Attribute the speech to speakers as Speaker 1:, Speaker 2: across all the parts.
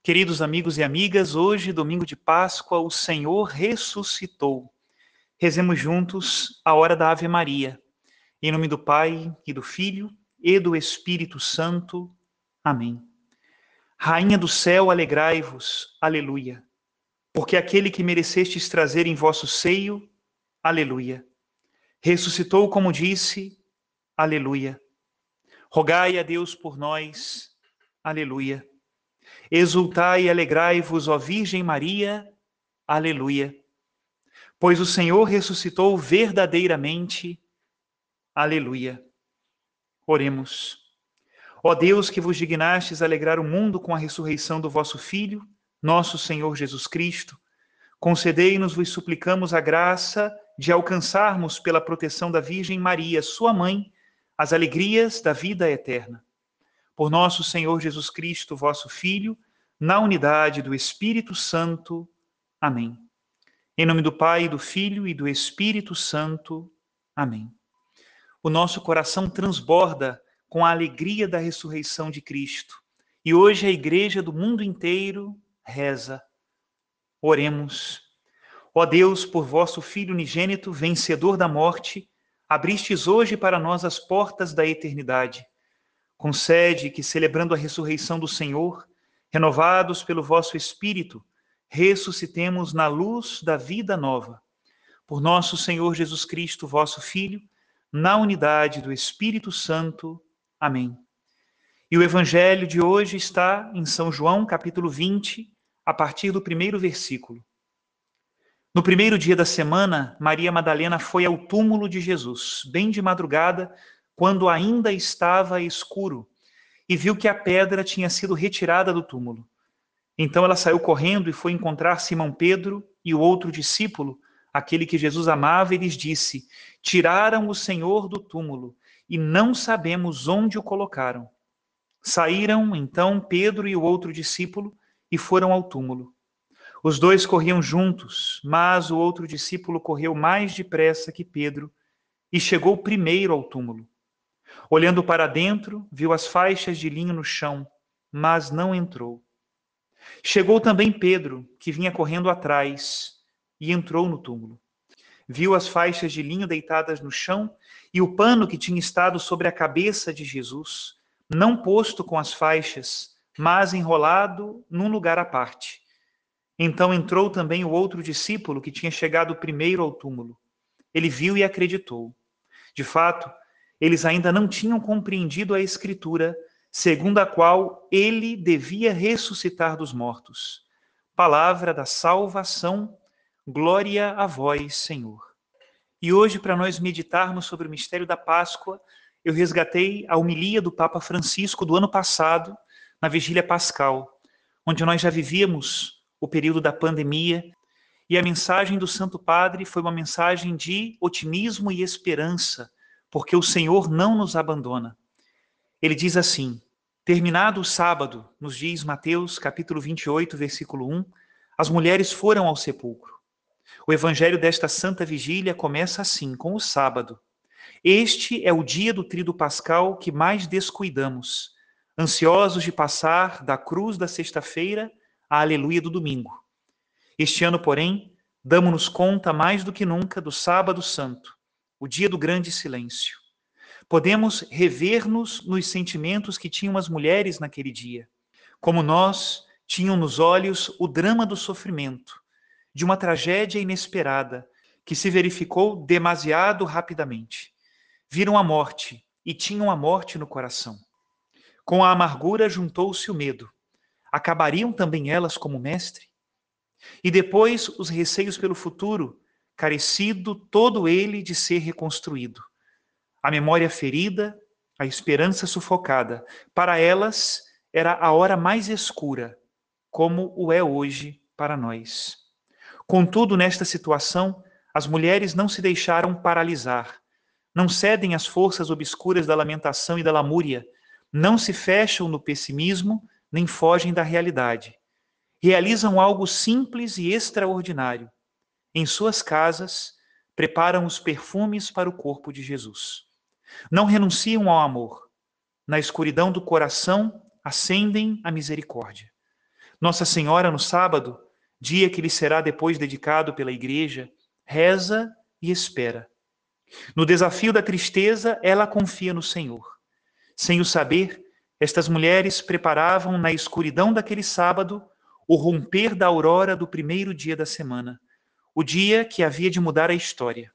Speaker 1: Queridos amigos e amigas, hoje, domingo de Páscoa, o Senhor ressuscitou. Rezemos juntos a hora da Ave Maria. Em nome do Pai, e do Filho, e do Espírito Santo. Amém. Rainha do céu, alegrai-vos. Aleluia. Porque aquele que merecestes trazer em vosso seio, aleluia. Ressuscitou como disse, aleluia. Rogai a Deus por nós, aleluia. Exultai e alegrai-vos, ó Virgem Maria, aleluia. Pois o Senhor ressuscitou verdadeiramente, aleluia. Oremos. Ó Deus, que vos dignastes alegrar o mundo com a ressurreição do vosso Filho, nosso Senhor Jesus Cristo, concedei-nos, vos suplicamos, a graça de alcançarmos, pela proteção da Virgem Maria, sua mãe, as alegrias da vida eterna. Por nosso Senhor Jesus Cristo, vosso Filho, na unidade do Espírito Santo. Amém. Em nome do Pai, do Filho e do Espírito Santo. Amém. O nosso coração transborda com a alegria da ressurreição de Cristo. E hoje a igreja do mundo inteiro reza. Oremos. Ó Deus, por vosso Filho unigênito, vencedor da morte, abristes hoje para nós as portas da eternidade. Concede que, celebrando a ressurreição do Senhor, renovados pelo vosso Espírito, ressuscitemos na luz da vida nova. Por nosso Senhor Jesus Cristo, vosso Filho, na unidade do Espírito Santo. Amém. E o Evangelho de hoje está em São João, capítulo 20, a partir do primeiro versículo. No primeiro dia da semana, Maria Madalena foi ao túmulo de Jesus, bem de madrugada, quando ainda estava escuro, e viu que a pedra tinha sido retirada do túmulo. Então ela saiu correndo e foi encontrar Simão Pedro e o outro discípulo, aquele que Jesus amava, e lhes disse: tiraram o Senhor do túmulo, e não sabemos onde o colocaram. Saíram, então, Pedro e o outro discípulo e foram ao túmulo. Os dois corriam juntos, mas o outro discípulo correu mais depressa que Pedro e chegou primeiro ao túmulo. Olhando para dentro, viu as faixas de linho no chão, mas não entrou. Chegou também Pedro, que vinha correndo atrás, e entrou no túmulo. Viu as faixas de linho deitadas no chão e o pano que tinha estado sobre a cabeça de Jesus, não posto com as faixas, mas enrolado num lugar à parte. Então entrou também o outro discípulo, que tinha chegado primeiro ao túmulo. Ele viu e acreditou. De fato, eles ainda não tinham compreendido a Escritura, segundo a qual ele devia ressuscitar dos mortos. Palavra da salvação, glória a vós, Senhor. E hoje, para nós meditarmos sobre o mistério da Páscoa, eu resgatei a homilia do Papa Francisco do ano passado, na Vigília Pascal, onde nós já vivíamos o período da pandemia, e a mensagem do Santo Padre foi uma mensagem de otimismo e esperança, porque o Senhor não nos abandona. Ele diz assim: terminado o sábado, nos diz Mateus capítulo 28, versículo 1, as mulheres foram ao sepulcro. O evangelho desta santa vigília começa assim, com o sábado. Este é o dia do tríduo pascal que mais descuidamos, ansiosos de passar da cruz da sexta-feira à aleluia do domingo. Este ano, porém, damos-nos conta mais do que nunca do sábado santo, o dia do grande silêncio. Podemos rever-nos nos sentimentos que tinham as mulheres naquele dia. Como nós, tinham nos olhos o drama do sofrimento, de uma tragédia inesperada que se verificou demasiado rapidamente. Viram a morte e tinham a morte no coração. Com a amargura juntou-se o medo. Acabariam também elas como mestre? E depois os receios pelo futuro, carecido todo ele de ser reconstruído. A memória ferida, a esperança sufocada. Para elas era a hora mais escura, como o é hoje para nós. Contudo, nesta situação, as mulheres não se deixaram paralisar, não cedem às forças obscuras da lamentação e da lamúria, não se fecham no pessimismo, nem fogem da realidade. Realizam algo simples e extraordinário. Em suas casas, preparam os perfumes para o corpo de Jesus. Não renunciam ao amor. Na escuridão do coração, acendem a misericórdia. Nossa Senhora, no sábado, dia que lhe será depois dedicado pela Igreja, reza e espera. No desafio da tristeza, ela confia no Senhor. Sem o saber, estas mulheres preparavam na escuridão daquele sábado o romper da aurora do primeiro dia da semana, o dia que havia de mudar a história.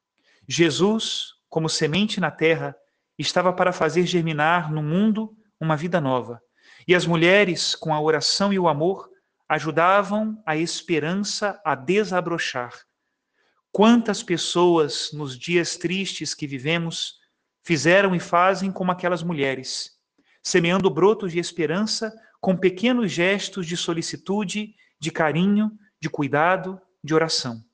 Speaker 1: Jesus, como semente na terra, estava para fazer germinar no mundo uma vida nova. E as mulheres, com a oração e o amor, ajudavam a esperança a desabrochar. Quantas pessoas, nos dias tristes que vivemos, fizeram e fazem como aquelas mulheres, semeando brotos de esperança com pequenos gestos de solicitude, de carinho, de cuidado, de oração.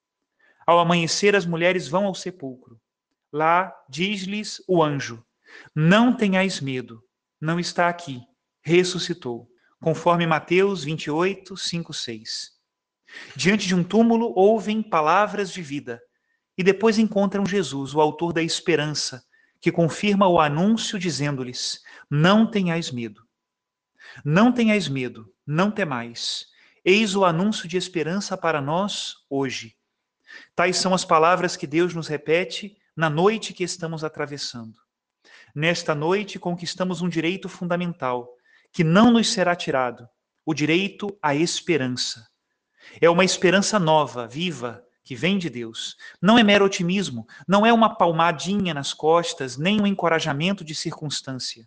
Speaker 1: Ao amanhecer, as mulheres vão ao sepulcro. Lá diz-lhes o anjo: não tenhais medo, não está aqui, ressuscitou. Conforme Mateus 28, 5, 6. Diante de um túmulo, ouvem palavras de vida e depois encontram Jesus, o autor da esperança, que confirma o anúncio dizendo-lhes: não tenhais medo. Não tenhais medo, não temais. Eis o anúncio de esperança para nós hoje. Tais são as palavras que Deus nos repete na noite que estamos atravessando. Nesta noite conquistamos um direito fundamental, que não nos será tirado, o direito à esperança. É uma esperança nova, viva, que vem de Deus. Não é mero otimismo, não é uma palmadinha nas costas, nem um encorajamento de circunstância.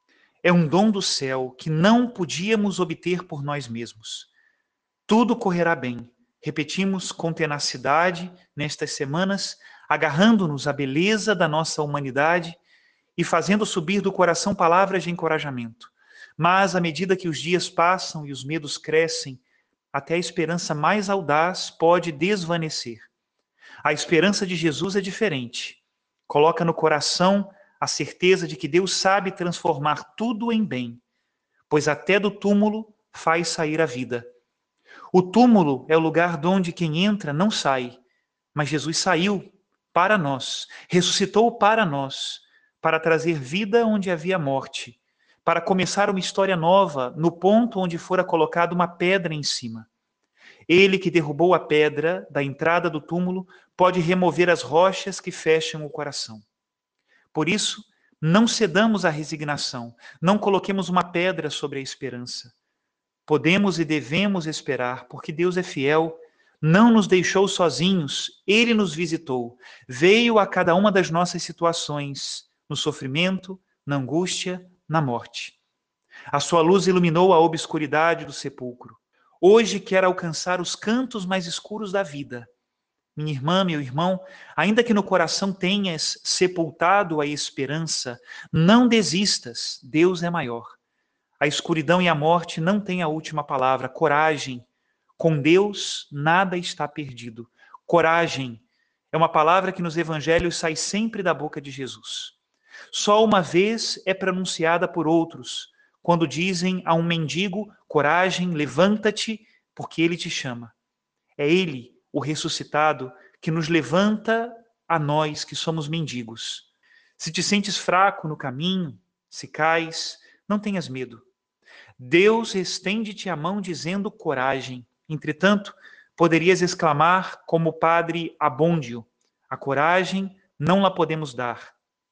Speaker 1: É um dom do céu que não podíamos obter por nós mesmos. Tudo correrá bem. Repetimos com tenacidade nestas semanas, agarrando-nos à beleza da nossa humanidade e fazendo subir do coração palavras de encorajamento. Mas, à medida que os dias passam e os medos crescem, até a esperança mais audaz pode desvanecer. A esperança de Jesus é diferente. Coloca no coração a certeza de que Deus sabe transformar tudo em bem, pois até do túmulo faz sair a vida. O túmulo é o lugar de onde quem entra não sai, mas Jesus saiu para nós, ressuscitou para nós, para trazer vida onde havia morte, para começar uma história nova no ponto onde fora colocada uma pedra em cima. Ele que derrubou a pedra da entrada do túmulo pode remover as rochas que fecham o coração. Por isso, não cedamos à resignação, não coloquemos uma pedra sobre a esperança. Podemos e devemos esperar, porque Deus é fiel, não nos deixou sozinhos, Ele nos visitou, veio a cada uma das nossas situações, no sofrimento, na angústia, na morte. A sua luz iluminou a obscuridade do sepulcro. Hoje quer alcançar os cantos mais escuros da vida. Minha irmã, meu irmão, ainda que no coração tenhas sepultado a esperança, não desistas, Deus é maior. A escuridão e a morte não têm a última palavra. Coragem. Com Deus, nada está perdido. Coragem é uma palavra que nos evangelhos sai sempre da boca de Jesus. Só uma vez é pronunciada por outros, quando dizem a um mendigo: coragem, levanta-te, porque ele te chama. É ele, o ressuscitado, que nos levanta a nós que somos mendigos. Se te sentes fraco no caminho, se cais, não tenhas medo. Deus estende-te a mão dizendo coragem. Entretanto, poderias exclamar como o padre Abôndio: a coragem não la podemos dar.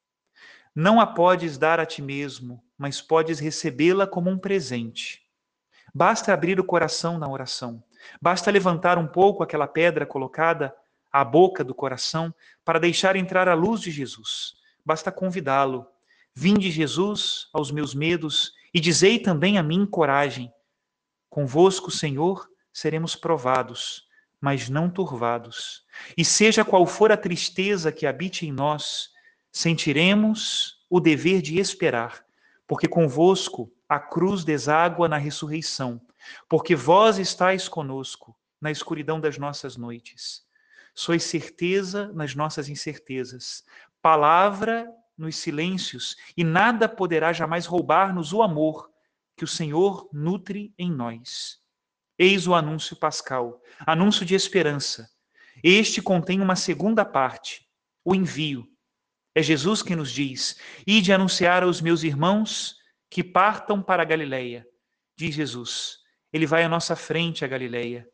Speaker 1: Não a podes dar a ti mesmo, mas podes recebê-la como um presente. Basta abrir o coração na oração. Basta levantar um pouco aquela pedra colocada à boca do coração para deixar entrar a luz de Jesus. Basta convidá-lo. Vinde, Jesus, aos meus medos e dizei também a mim coragem. Convosco, Senhor, seremos provados, mas não turvados. E seja qual for a tristeza que habite em nós, sentiremos o dever de esperar, porque convosco a cruz deságua na ressurreição, porque vós estáis conosco na escuridão das nossas noites. Sois certeza nas nossas incertezas, palavra nos silêncios, e nada poderá jamais roubar-nos o amor que o Senhor nutre em nós. Eis o anúncio pascal, anúncio de esperança. Este contém uma segunda parte, o envio. É Jesus quem nos diz: ide anunciar aos meus irmãos que partam para a Galileia. Diz Jesus: ele vai à nossa frente a Galileia.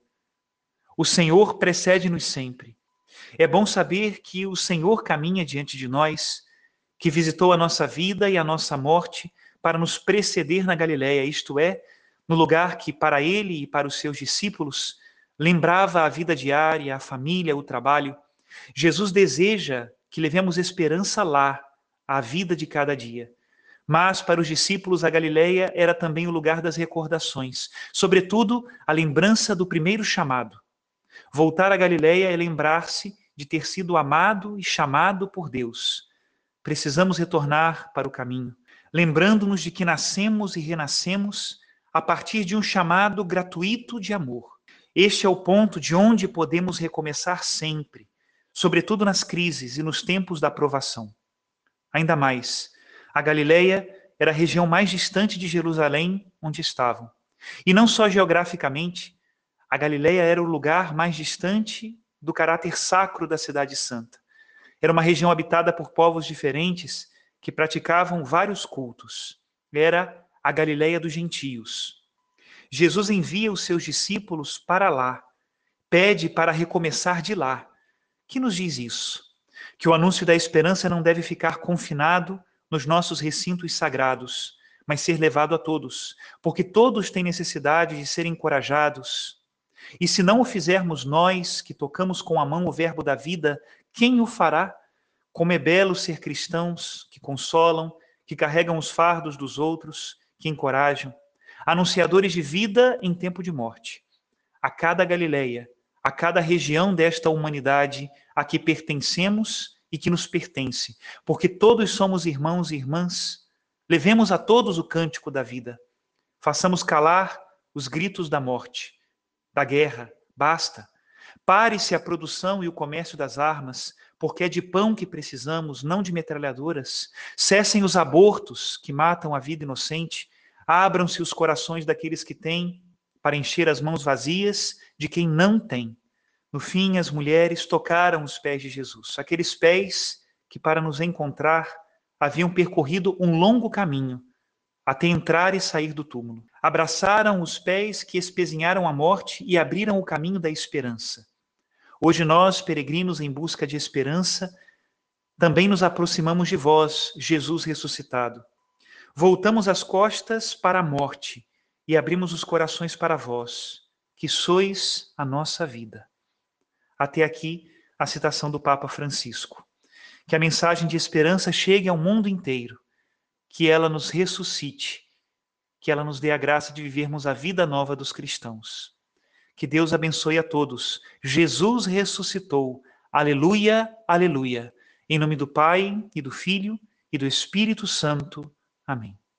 Speaker 1: O Senhor precede-nos sempre. É bom saber que o Senhor caminha diante de nós, que visitou a nossa vida e a nossa morte para nos preceder na Galileia, isto é, no lugar que para ele e para os seus discípulos lembrava a vida diária, a família, o trabalho. Jesus deseja que levemos esperança lá, à vida de cada dia. Mas para os discípulos a Galileia era também o lugar das recordações, sobretudo a lembrança do primeiro chamado. Voltar à Galileia é lembrar-se de ter sido amado e chamado por Deus. Precisamos retornar para o caminho, lembrando-nos de que nascemos e renascemos a partir de um chamado gratuito de amor. Este é o ponto de onde podemos recomeçar sempre, sobretudo nas crises e nos tempos da provação. Ainda mais, a Galileia era a região mais distante de Jerusalém onde estavam. E não só geograficamente, a Galileia era o lugar mais distante do caráter sacro da cidade santa. Era uma região habitada por povos diferentes que praticavam vários cultos. Era a Galileia dos gentios. Jesus envia os seus discípulos para lá, pede para recomeçar de lá. Que nos diz isso? Que o anúncio da esperança não deve ficar confinado nos nossos recintos sagrados, mas ser levado a todos, porque todos têm necessidade de serem encorajados. E se não o fizermos nós, que tocamos com a mão o verbo da vida, quem o fará? Como é belo ser cristãos que consolam, que carregam os fardos dos outros, que encorajam, anunciadores de vida em tempo de morte. A cada Galileia, a cada região desta humanidade a que pertencemos e que nos pertence, porque todos somos irmãos e irmãs, levemos a todos o cântico da vida. Façamos calar os gritos da morte, da guerra, basta. Pare-se a produção e o comércio das armas, porque é de pão que precisamos, não de metralhadoras. Cessem os abortos que matam a vida inocente. Abram-se os corações daqueles que têm, para encher as mãos vazias de quem não tem. No fim, as mulheres tocaram os pés de Jesus, aqueles pés que, para nos encontrar, haviam percorrido um longo caminho, até entrar e sair do túmulo. Abraçaram os pés que espezinharam a morte e abriram o caminho da esperança. Hoje nós, peregrinos em busca de esperança, também nos aproximamos de vós, Jesus ressuscitado. Voltamos as costas para a morte e abrimos os corações para vós, que sois a nossa vida. Até aqui a citação do Papa Francisco. Que a mensagem de esperança chegue ao mundo inteiro, que ela nos ressuscite, que ela nos dê a graça de vivermos a vida nova dos cristãos. Que Deus abençoe a todos. Jesus ressuscitou. Aleluia, aleluia. Em nome do Pai, e do Filho, e do Espírito Santo. Amém.